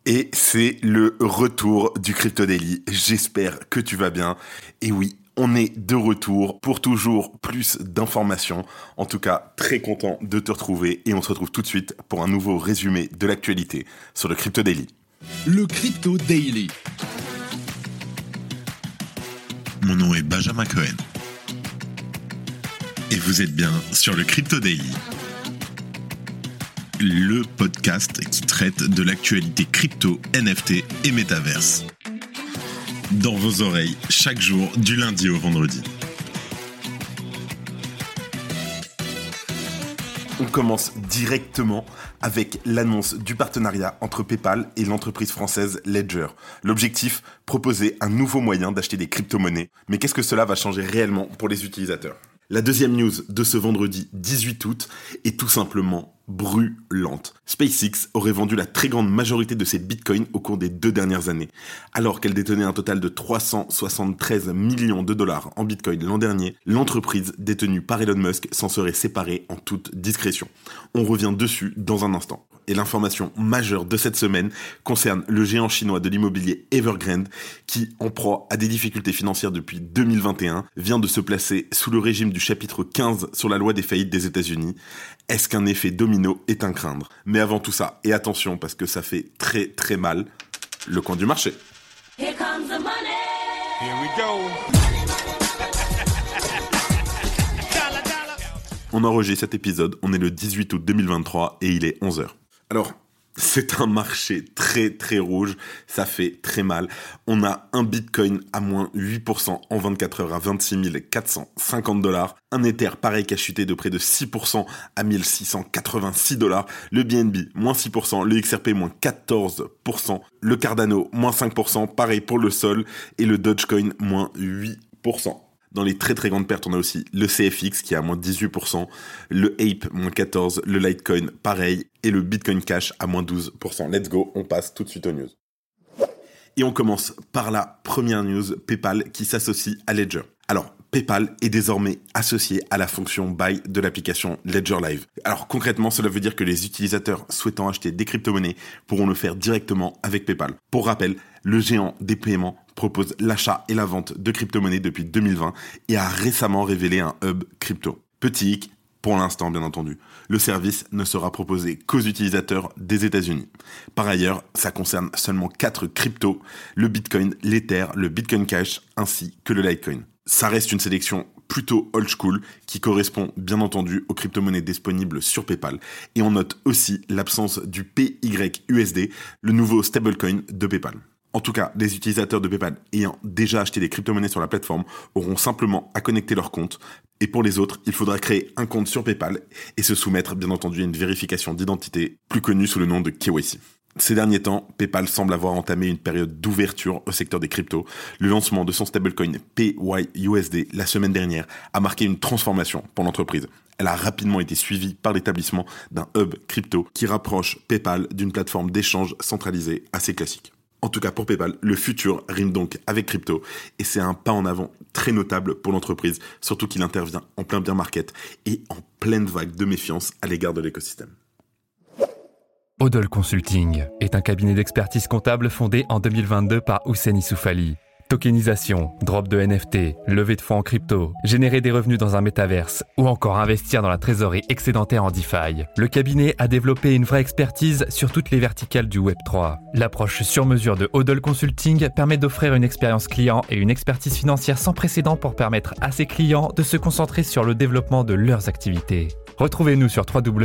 Et c'est le retour du Crypto Daily. J'espère que tu vas bien. Et oui, on est de retour pour toujours plus d'informations. En tout cas, très content de te retrouver et on se retrouve tout de suite pour un nouveau résumé de l'actualité sur le Crypto Daily. Le Crypto Daily. Mon nom est Benjamin Cohen. Et vous êtes bien sur le Crypto Daily. Le podcast qui traite de l'actualité crypto, NFT et métaverse. Dans vos oreilles, chaque jour, du lundi au vendredi. On commence directement avec l'annonce du partenariat entre PayPal et l'entreprise française Ledger. L'objectif, proposer un nouveau moyen d'acheter des crypto-monnaies. Mais qu'est-ce que cela va changer réellement pour les utilisateurs ? La deuxième news de ce vendredi 18 août est tout simplement brûlante. SpaceX aurait vendu la très grande majorité de ses bitcoins au cours des 2 dernières années. Alors qu'elle détenait un total de 373 millions de dollars en bitcoin l'an dernier, l'entreprise détenue par Elon Musk s'en serait séparée en toute discrétion. On revient dessus dans un instant. Et l'information majeure de cette semaine concerne le géant chinois de l'immobilier Evergrande qui, en proie à des difficultés financières depuis 2021, vient de se placer sous le régime du chapitre 15 sur la loi des faillites des États-Unis. Est-ce qu'un effet domino est à craindre ? Mais avant tout ça, et attention parce que ça fait très très mal, le coin du marché. Here comes the money. Here we go. On enregistre cet épisode, on est le 18 août 2023 et il est 11h. Alors, c'est un marché très très rouge, ça fait très mal. On a un bitcoin à moins 8% en 24 heures à 26 450 $. Un Ether pareil qui a chuté de près de 6% à 1686 $. Le BNB moins 6%, le XRP moins 14%, le Cardano moins 5%, pareil pour le Sol et le Dogecoin moins 8%. Dans les très très grandes pertes, on a aussi le CFX qui est à moins 18%, le Ape moins 14%, le Litecoin pareil, et le Bitcoin Cash à moins 12%. Let's go, on passe tout de suite aux news. Et on commence par la première news, PayPal qui s'associe à Ledger. Alors, PayPal est désormais associé à la fonction Buy de l'application Ledger Live. Alors concrètement, cela veut dire que les utilisateurs souhaitant acheter des crypto-monnaies pourront le faire directement avec PayPal. Pour rappel, le géant des paiements propose l'achat et la vente de crypto-monnaies depuis 2020 et a récemment révélé un hub crypto. Petit hic, pour l'instant bien entendu, le service ne sera proposé qu'aux utilisateurs des États-Unis. Par ailleurs, ça concerne seulement 4 cryptos, le Bitcoin, l'Ether, le Bitcoin Cash ainsi que le Litecoin. Ça reste une sélection plutôt old school qui correspond bien entendu aux crypto-monnaies disponibles sur PayPal. Et on note aussi l'absence du PYUSD, le nouveau stablecoin de PayPal. En tout cas, les utilisateurs de PayPal ayant déjà acheté des crypto-monnaies sur la plateforme auront simplement à connecter leur compte. Et pour les autres, il faudra créer un compte sur PayPal et se soumettre bien entendu à une vérification d'identité, plus connue sous le nom de KYC. Ces derniers temps, PayPal semble avoir entamé une période d'ouverture au secteur des cryptos. Le lancement de son stablecoin PYUSD la semaine dernière a marqué une transformation pour l'entreprise. Elle a rapidement été suivie par l'établissement d'un hub crypto qui rapproche PayPal d'une plateforme d'échange centralisée assez classique. En tout cas pour PayPal, le futur rime donc avec crypto et c'est un pas en avant très notable pour l'entreprise, surtout qu'il intervient en plein bear market et en pleine vague de méfiance à l'égard de l'écosystème. Odol Consulting est un cabinet d'expertise comptable fondé en 2022 par Houssen Issoufali. Tokenisation, drop de NFT, levée de fonds en crypto, générer des revenus dans un métaverse ou encore investir dans la trésorerie excédentaire en DeFi. Le cabinet a développé une vraie expertise sur toutes les verticales du Web3. L'approche sur mesure de Odol Consulting permet d'offrir une expérience client et une expertise financière sans précédent pour permettre à ses clients de se concentrer sur le développement de leurs activités. Retrouvez-nous sur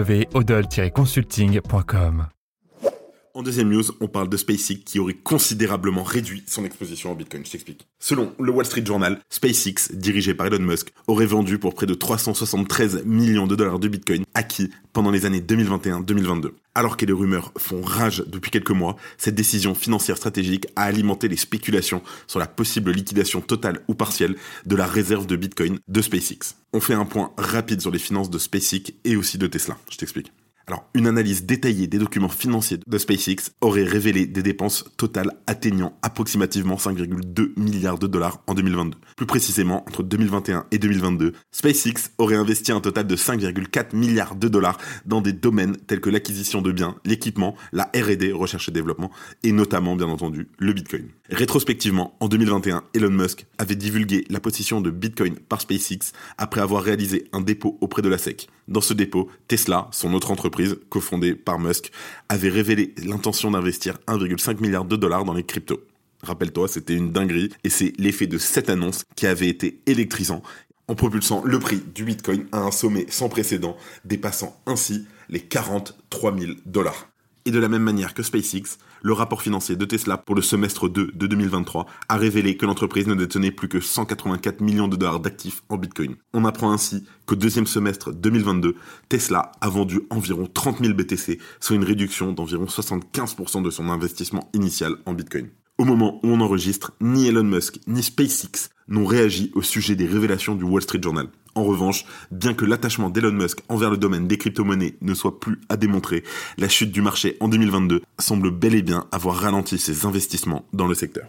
www.odol-consulting.com. En deuxième news, on parle de SpaceX qui aurait considérablement réduit son exposition en Bitcoin. Je t'explique. Selon le Wall Street Journal, SpaceX, dirigé par Elon Musk, aurait vendu pour près de 373 millions de dollars de Bitcoin acquis pendant les années 2021-2022. Alors que les rumeurs font rage depuis quelques mois, cette décision financière stratégique a alimenté les spéculations sur la possible liquidation totale ou partielle de la réserve de Bitcoin de SpaceX. On fait un point rapide sur les finances de SpaceX et aussi de Tesla. Je t'explique. Alors, une analyse détaillée des documents financiers de SpaceX aurait révélé des dépenses totales atteignant approximativement 5,2 milliards de dollars en 2022. Plus précisément, entre 2021 et 2022, SpaceX aurait investi un total de 5,4 milliards de dollars dans des domaines tels que l'acquisition de biens, l'équipement, la R&D, recherche et développement, et notamment, bien entendu, le Bitcoin. Rétrospectivement, en 2021, Elon Musk avait divulgué la possession de Bitcoin par SpaceX après avoir réalisé un dépôt auprès de la SEC. Dans ce dépôt, Tesla, son autre entreprise, cofondée par Musk, avait révélé l'intention d'investir 1,5 milliard de dollars dans les cryptos. Rappelle-toi, c'était une dinguerie, et c'est l'effet de cette annonce qui avait été électrisant, en propulsant le prix du Bitcoin à un sommet sans précédent, dépassant ainsi les 43 000 dollars. Et de la même manière que SpaceX, le rapport financier de Tesla pour le semestre 2 de 2023 a révélé que l'entreprise ne détenait plus que 184 millions de dollars d'actifs en Bitcoin. On apprend ainsi qu'au deuxième semestre 2022, Tesla a vendu environ 30 000 BTC, soit une réduction d'environ 75% de son investissement initial en Bitcoin. Au moment où on enregistre, ni Elon Musk ni SpaceX n'ont réagi au sujet des révélations du Wall Street Journal. En revanche, bien que l'attachement d'Elon Musk envers le domaine des crypto-monnaies ne soit plus à démontrer, la chute du marché en 2022 semble bel et bien avoir ralenti ses investissements dans le secteur.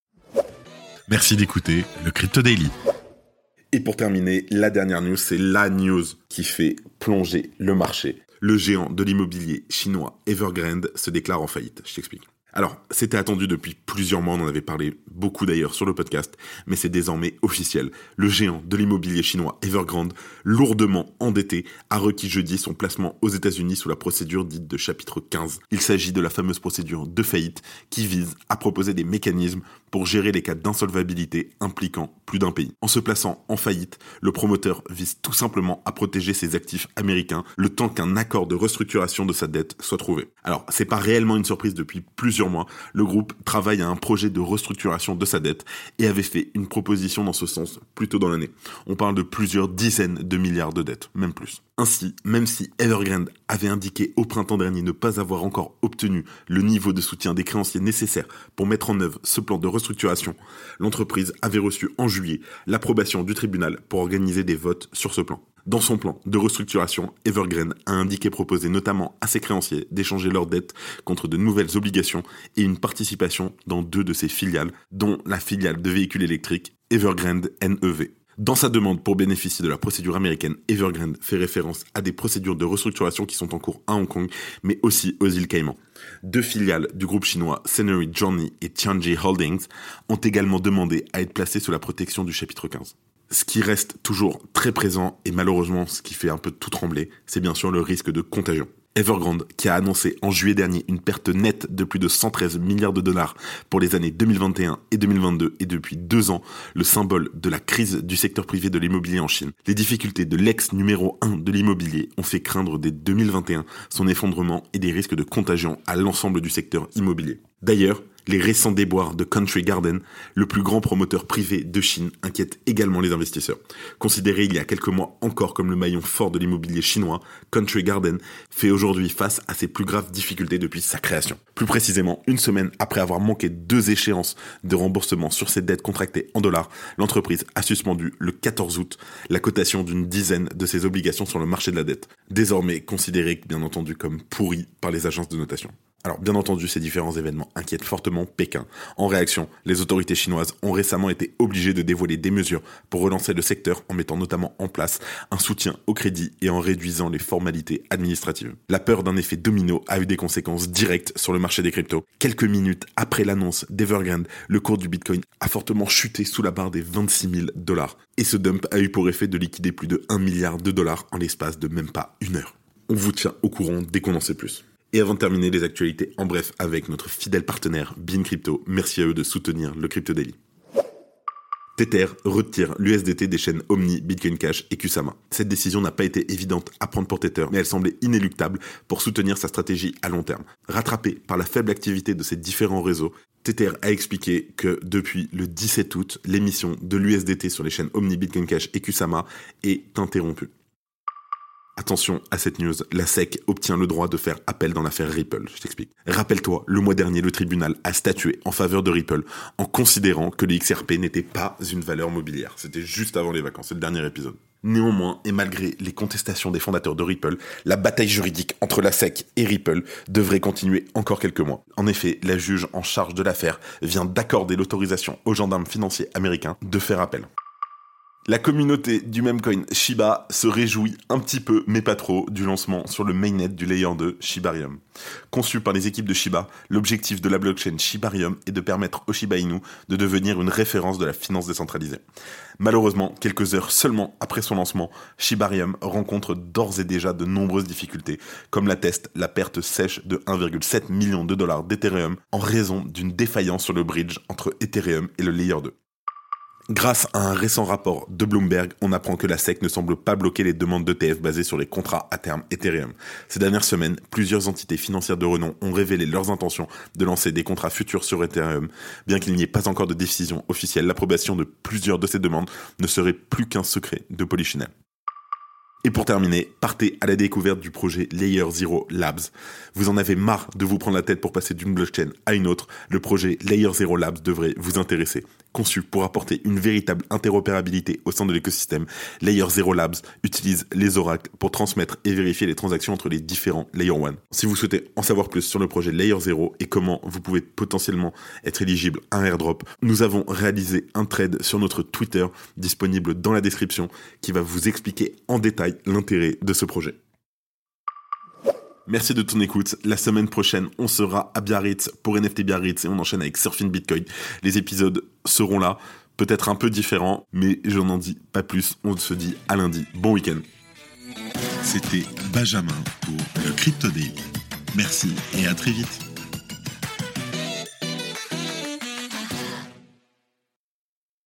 Merci d'écouter le Crypto Daily. Et pour terminer, la dernière news, c'est la news qui fait plonger le marché. Le géant de l'immobilier chinois Evergrande se déclare en faillite. Je t'explique. Alors, c'était attendu depuis plusieurs mois, on en avait parlé beaucoup d'ailleurs sur le podcast, mais c'est désormais officiel. Le géant de l'immobilier chinois Evergrande, lourdement endetté, a requis jeudi son placement aux États-Unis sous la procédure dite de chapitre 15. Il s'agit de la fameuse procédure de faillite qui vise à proposer des mécanismes pour gérer les cas d'insolvabilité impliquant plus d'un pays. En se plaçant en faillite, le promoteur vise tout simplement à protéger ses actifs américains le temps qu'un accord de restructuration de sa dette soit trouvé. Alors, c'est pas réellement une surprise depuis plusieurs mois, le groupe travaille à un projet de restructuration de sa dette et avait fait une proposition dans ce sens plus tôt dans l'année. On parle de plusieurs dizaines de milliards de dettes, même plus. Ainsi, même si Evergrande avait indiqué au printemps dernier ne pas avoir encore obtenu le niveau de soutien des créanciers nécessaires pour mettre en œuvre ce plan de restructuration, l'entreprise avait reçu en juillet l'approbation du tribunal pour organiser des votes sur ce plan. Dans son plan de restructuration, Evergrande a indiqué proposer notamment à ses créanciers d'échanger leurs dettes contre de nouvelles obligations et une participation dans 2 de ses filiales, dont la filiale de véhicules électriques Evergrande NEV. Dans sa demande pour bénéficier de la procédure américaine, Evergrande fait référence à des procédures de restructuration qui sont en cours à Hong Kong, mais aussi aux îles Caïmans. 2 filiales du groupe chinois Senery Journey et Tianji Holdings ont également demandé à être placées sous la protection du chapitre 15. Ce qui reste toujours très présent, et malheureusement ce qui fait un peu tout trembler, c'est bien sûr le risque de contagion. Evergrande, qui a annoncé en juillet dernier une perte nette de plus de 113 milliards de dollars pour les années 2021 et 2022, et depuis 2 ans, le symbole de la crise du secteur privé de l'immobilier en Chine. Les difficultés de l'ex numéro 1 de l'immobilier ont fait craindre dès 2021 son effondrement et des risques de contagion à l'ensemble du secteur immobilier. D'ailleurs, les récents déboires de Country Garden, le plus grand promoteur privé de Chine, inquiètent également les investisseurs. Considéré il y a quelques mois encore comme le maillon fort de l'immobilier chinois, Country Garden fait aujourd'hui face à ses plus graves difficultés depuis sa création. Plus précisément, une semaine après avoir manqué 2 échéances de remboursement sur ses dettes contractées en dollars, l'entreprise a suspendu le 14 août la cotation d'une dizaine de ses obligations sur le marché de la dette, désormais considérée bien entendu comme pourrie par les agences de notation. Alors bien entendu, ces différents événements inquiètent fortement Pékin. En réaction, les autorités chinoises ont récemment été obligées de dévoiler des mesures pour relancer le secteur en mettant notamment en place un soutien au crédit et en réduisant les formalités administratives. La peur d'un effet domino a eu des conséquences directes sur le marché des cryptos. Quelques minutes après l'annonce d'Evergrande, le cours du Bitcoin a fortement chuté sous la barre des 26 000 dollars. Et ce dump a eu pour effet de liquider plus de 1 milliard de dollars en l'espace de même pas 1 heure. On vous tient au courant dès qu'on en sait plus. Et avant de terminer les actualités en bref avec notre fidèle partenaire Bean Crypto, merci à eux de soutenir le Crypto Daily. Tether retire l'USDT des chaînes Omni, Bitcoin Cash et Kusama. Cette décision n'a pas été évidente à prendre pour Tether, mais elle semblait inéluctable pour soutenir sa stratégie à long terme. Rattrapé par la faible activité de ces différents réseaux, Tether a expliqué que depuis le 17 août, l'émission de l'USDT sur les chaînes Omni, Bitcoin Cash et Kusama est interrompue. Attention à cette news, la SEC obtient le droit de faire appel dans l'affaire Ripple, je t'explique. Rappelle-toi, le mois dernier, le tribunal a statué en faveur de Ripple en considérant que le XRP n'était pas une valeur mobilière. C'était juste avant les vacances, c'est le dernier épisode. Néanmoins, et malgré les contestations des fondateurs de Ripple, la bataille juridique entre la SEC et Ripple devrait continuer encore quelques mois. En effet, la juge en charge de l'affaire vient d'accorder l'autorisation aux gendarmes financiers américains de faire appel. La communauté du meme coin Shiba se réjouit un petit peu, mais pas trop, du lancement sur le mainnet du layer 2 Shibarium. Conçu par les équipes de Shiba, l'objectif de la blockchain Shibarium est de permettre au Shiba Inu de devenir une référence de la finance décentralisée. Malheureusement, quelques heures seulement après son lancement, Shibarium rencontre d'ores et déjà de nombreuses difficultés, comme l'atteste la perte sèche de 1,7 million de dollars d'Ethereum en raison d'une défaillance sur le bridge entre Ethereum et le layer 2. Grâce à un récent rapport de Bloomberg, on apprend que la SEC ne semble pas bloquer les demandes d'ETF basées sur les contrats à terme Ethereum. Ces dernières semaines, plusieurs entités financières de renom ont révélé leurs intentions de lancer des contrats futurs sur Ethereum. Bien qu'il n'y ait pas encore de décision officielle, l'approbation de plusieurs de ces demandes ne serait plus qu'un secret de Polichinelle. Et pour terminer, partez à la découverte du projet Layer 0 Labs. Vous en avez marre de vous prendre la tête pour passer d'une blockchain à une autre, le projet Layer 0 Labs devrait vous intéresser. Conçu pour apporter une véritable interopérabilité au sein de l'écosystème, Layer 0 Labs utilise les oracles pour transmettre et vérifier les transactions entre les différents Layer 1. Si vous souhaitez en savoir plus sur le projet Layer 0 et comment vous pouvez potentiellement être éligible à un airdrop, nous avons réalisé un thread sur notre Twitter disponible dans la description qui va vous expliquer en détail l'intérêt de ce projet. Merci de ton écoute. La semaine prochaine, on sera à Biarritz pour NFT Biarritz et on enchaîne avec Surfing Bitcoin. Les épisodes seront là, peut-être un peu différents, mais je n'en dis pas plus. On se dit à lundi. Bon week-end. C'était Benjamin pour le Crypto Daily. Merci et à très vite.